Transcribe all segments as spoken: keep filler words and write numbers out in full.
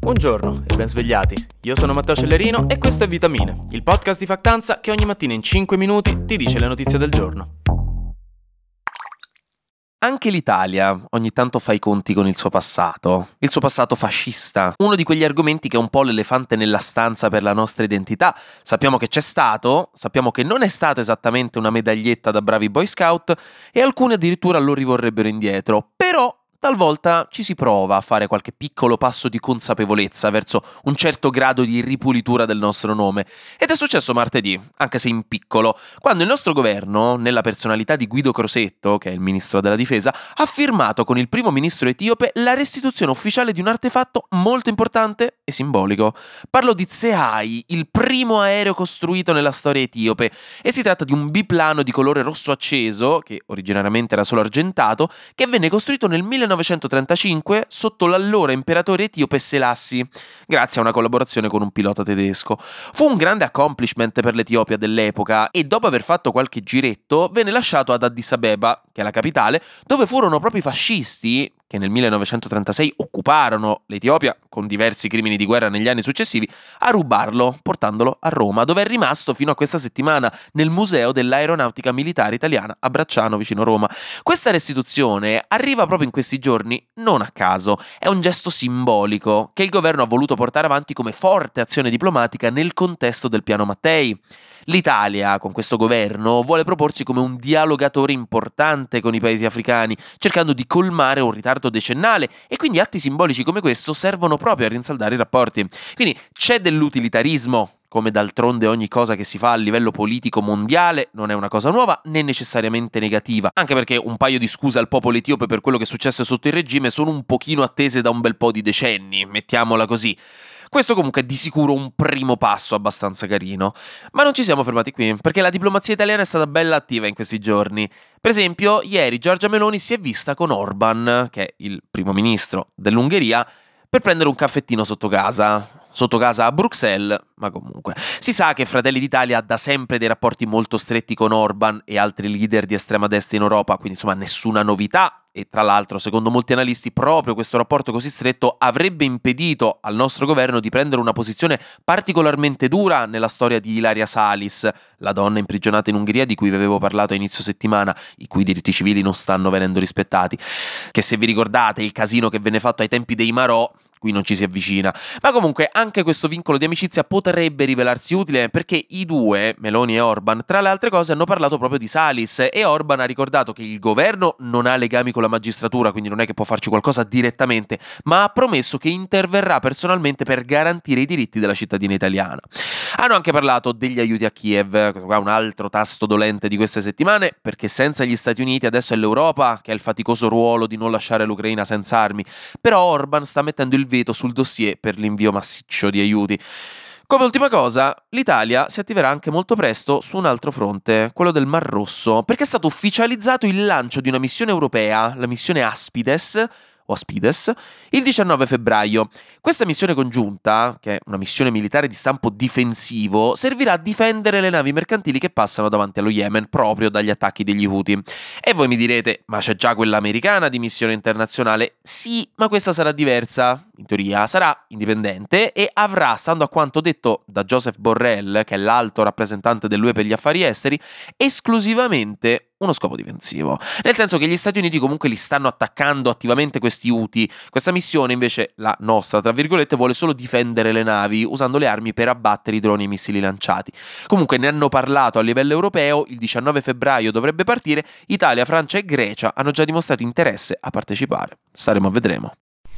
Buongiorno e ben svegliati. Io sono Matteo Cellerino e questo è Vitamine, il podcast di Factanza che ogni mattina in cinque minuti ti dice le notizie del giorno. Anche l'Italia ogni tanto fa i conti con il suo passato, il suo passato fascista, uno di quegli argomenti che è un po' l'elefante nella stanza per la nostra identità. Sappiamo che c'è stato, sappiamo che non è stato esattamente una medaglietta da bravi boy scout e alcuni addirittura lo rivorrebbero indietro, però talvolta ci si prova a fare qualche piccolo passo di consapevolezza verso un certo grado di ripulitura del nostro nome. Ed è successo martedì, anche se in piccolo, quando il nostro governo, nella personalità di Guido Crosetto, che è il ministro della difesa, ha firmato con il primo ministro etiope la restituzione ufficiale di un artefatto molto importante e simbolico. Parlo di Tseai, il primo aereo costruito nella storia etiope, e si tratta di un biplano di colore rosso acceso, che originariamente era solo argentato, che venne costruito nel millenovecentotrentacinque sotto l'allora imperatore etiope Selassi, grazie a una collaborazione con un pilota tedesco. Fu un grande accomplishment per l'Etiopia dell'epoca e dopo aver fatto qualche giretto venne lasciato ad Addis Abeba, che è la capitale, dove furono proprio i fascisti che nel millenovecentotrentasei occuparono l'Etiopia con diversi crimini di guerra negli anni successivi, a rubarlo, portandolo a Roma, dove è rimasto fino a questa settimana nel Museo dell'Aeronautica Militare Italiana a Bracciano, vicino Roma. Questa restituzione arriva proprio in questi giorni non a caso, è un gesto simbolico che il governo ha voluto portare avanti come forte azione diplomatica nel contesto del Piano Mattei. L'Italia, con questo governo, vuole proporsi come un dialogatore importante con i paesi africani, cercando di colmare un ritardo decennale, e quindi atti simbolici come questo servono proprio a rinsaldare i rapporti. Quindi c'è dell'utilitarismo, come d'altronde ogni cosa che si fa a livello politico mondiale non è una cosa nuova né necessariamente negativa, anche perché un paio di scuse al popolo etiope per quello che successe sotto il regime sono un pochino attese da un bel po' di decenni, mettiamola così. Questo comunque è di sicuro un primo passo abbastanza carino. Ma non ci siamo fermati qui, perché la diplomazia italiana è stata bella attiva in questi giorni. Per esempio, ieri Giorgia Meloni si è vista con Orban, che è il primo ministro dell'Ungheria, per prendere un caffettino sotto casa. Sotto casa a Bruxelles, ma comunque. Si sa che Fratelli d'Italia ha da sempre dei rapporti molto stretti con Orban e altri leader di estrema destra in Europa, quindi insomma nessuna novità. E tra l'altro, secondo molti analisti, proprio questo rapporto così stretto avrebbe impedito al nostro governo di prendere una posizione particolarmente dura nella storia di Ilaria Salis, la donna imprigionata in Ungheria di cui vi avevo parlato a inizio settimana, i cui diritti civili non stanno venendo rispettati. Che se vi ricordate il casino che venne fatto ai tempi dei Marò, qui non ci si avvicina. Ma comunque anche questo vincolo di amicizia potrebbe rivelarsi utile, perché i due, Meloni e Orban, tra le altre cose hanno parlato proprio di Salis, e Orban ha ricordato che il governo non ha legami con la magistratura, quindi non è che può farci qualcosa direttamente, ma ha promesso che interverrà personalmente per garantire i diritti della cittadina italiana. Hanno anche parlato degli aiuti a Kiev, un altro tasto dolente di queste settimane, perché senza gli Stati Uniti adesso è l'Europa che ha il faticoso ruolo di non lasciare l'Ucraina senza armi, però Orban sta mettendo il veto sul dossier per l'invio massiccio di aiuti. Come ultima cosa, l'Italia si attiverà anche molto presto su un altro fronte, quello del Mar Rosso, perché è stato ufficializzato il lancio di una missione europea, la missione Aspides, o Aspides, il diciannove febbraio. Questa missione congiunta, che è una missione militare di stampo difensivo, servirà a difendere le navi mercantili che passano davanti allo Yemen proprio dagli attacchi degli Houthi. E voi mi direte, ma c'è già quella americana di missione internazionale? Sì, ma questa sarà diversa, in teoria sarà indipendente e avrà, stando a quanto detto da Joseph Borrell, che è l'alto rappresentante dell'U E per gli affari esteri, esclusivamente uno scopo difensivo, nel senso che gli Stati Uniti comunque li stanno attaccando attivamente questi Houthi. Questa missione invece, la nostra tra virgolette, vuole solo difendere le navi usando le armi per abbattere i droni e i missili lanciati. Comunque ne hanno parlato a livello europeo, il diciannove febbraio dovrebbe partire, Italia, Francia e Grecia hanno già dimostrato interesse a partecipare, staremo a vedremo.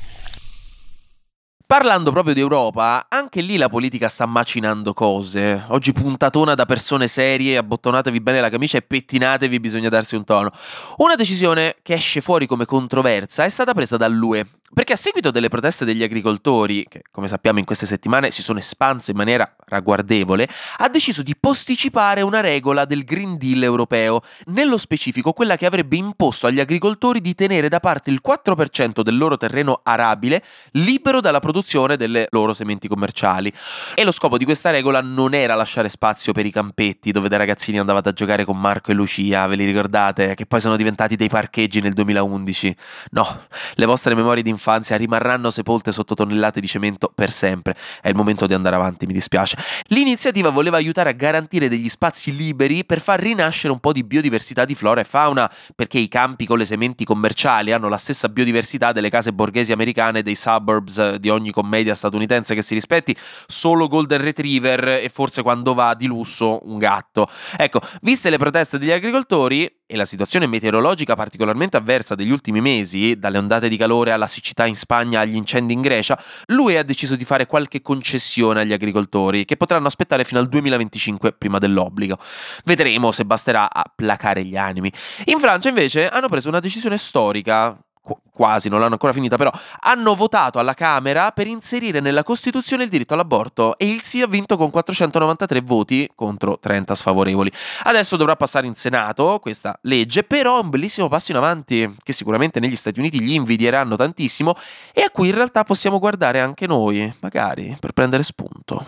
Parlando proprio di Europa, anche lì la politica sta macinando cose. Oggi puntatona da persone serie, abbottonatevi bene la camicia e pettinatevi, bisogna darsi un tono. Una decisione che esce fuori come controversa è stata presa dall'U E, perché a seguito delle proteste degli agricoltori, che come sappiamo in queste settimane si sono espanse in maniera ragguardevole, ha deciso di posticipare una regola del Green Deal europeo, nello specifico quella che avrebbe imposto agli agricoltori di tenere da parte il quattro per cento del loro terreno arabile libero dalla produzione produzione delle loro sementi commerciali. E lo scopo di questa regola non era lasciare spazio per i campetti dove dai ragazzini andavate a giocare con Marco e Lucia, ve li ricordate? Che poi sono diventati dei parcheggi nel duemilaundici. No, le vostre memorie di infanzia rimarranno sepolte sotto tonnellate di cemento per sempre. È il momento di andare avanti, mi dispiace. L'iniziativa voleva aiutare a garantire degli spazi liberi per far rinascere un po' di biodiversità di flora e fauna, perché i campi con le sementi commerciali hanno la stessa biodiversità delle case borghesi americane, dei suburbs di ogni commedia statunitense che si rispetti, solo Golden Retriever e forse quando va di lusso un gatto. Ecco, viste le proteste degli agricoltori e la situazione meteorologica particolarmente avversa degli ultimi mesi, dalle ondate di calore alla siccità in Spagna agli incendi in Grecia, l'U E ha deciso di fare qualche concessione agli agricoltori, che potranno aspettare fino al duemilaventicinque prima dell'obbligo. Vedremo se basterà a placare gli animi. In Francia invece hanno preso una decisione storica, quasi, non l'hanno ancora finita, però hanno votato alla Camera per inserire nella Costituzione il diritto all'aborto e il sì ha vinto con quattrocentonovantatré voti contro trenta sfavorevoli. Adesso dovrà passare in Senato questa legge, però è un bellissimo passo in avanti che sicuramente negli Stati Uniti gli invidieranno tantissimo e a cui in realtà possiamo guardare anche noi, magari per prendere spunto.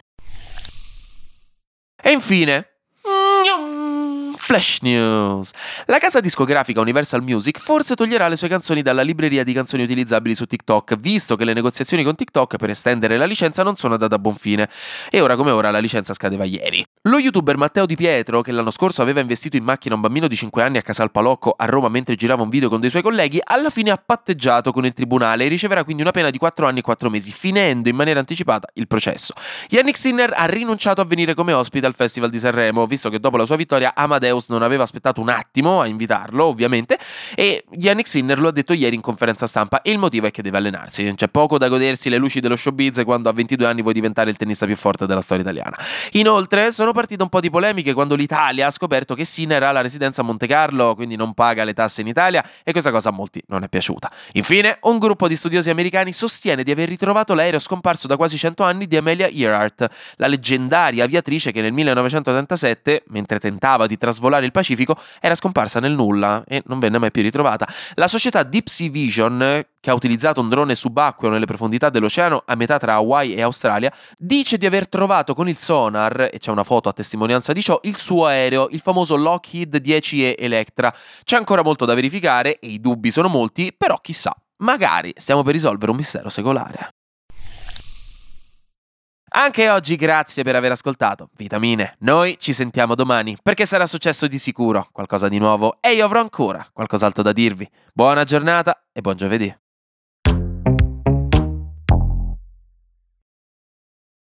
E infine, Flash News. La casa discografica Universal Music forse toglierà le sue canzoni dalla libreria di canzoni utilizzabili su TikTok, visto che le negoziazioni con TikTok per estendere la licenza non sono andate a buon fine. E ora come ora la licenza scadeva ieri. Lo youtuber Matteo Di Pietro, che l'anno scorso aveva investito in macchina un bambino di cinque anni a Casal Palocco a Roma mentre girava un video con dei suoi colleghi, alla fine ha patteggiato con il tribunale e riceverà quindi una pena di quattro anni e quattro mesi, finendo in maniera anticipata il processo. Yannick Sinner ha rinunciato a venire come ospite al Festival di Sanremo, visto che dopo la sua vittoria Amadeus non aveva aspettato un attimo a invitarlo, ovviamente, e Yannick Sinner lo ha detto ieri in conferenza stampa e il motivo è che deve allenarsi. C'è poco da godersi le luci dello showbiz quando a ventidue anni vuoi diventare il tennista più forte della storia italiana. Inoltre sono partite un po' di polemiche quando l'Italia ha scoperto che Sinner ha la residenza a Monte Carlo, quindi non paga le tasse in Italia, e questa cosa a molti non è piaciuta. Infine, un gruppo di studiosi americani sostiene di aver ritrovato l'aereo scomparso da quasi cento anni di Amelia Earhart, la leggendaria aviatrice che nel millenovecentotrentasette, mentre tentava di trasvolare il Pacifico, era scomparsa nel nulla e non venne mai più ritrovata. La società Deep Sea Vision, che ha utilizzato un drone subacqueo nelle profondità dell'oceano a metà tra Hawaii e Australia, dice di aver trovato con il sonar, e c'è una foto a testimonianza di ciò, il suo aereo, il famoso Lockheed dieci E Electra. C'è ancora molto da verificare e i dubbi sono molti, però chissà, magari stiamo per risolvere un mistero secolare. Anche oggi grazie per aver ascoltato Vitamine. Noi ci sentiamo domani perché sarà successo di sicuro qualcosa di nuovo e io avrò ancora qualcos'altro da dirvi. Buona giornata e buon giovedì.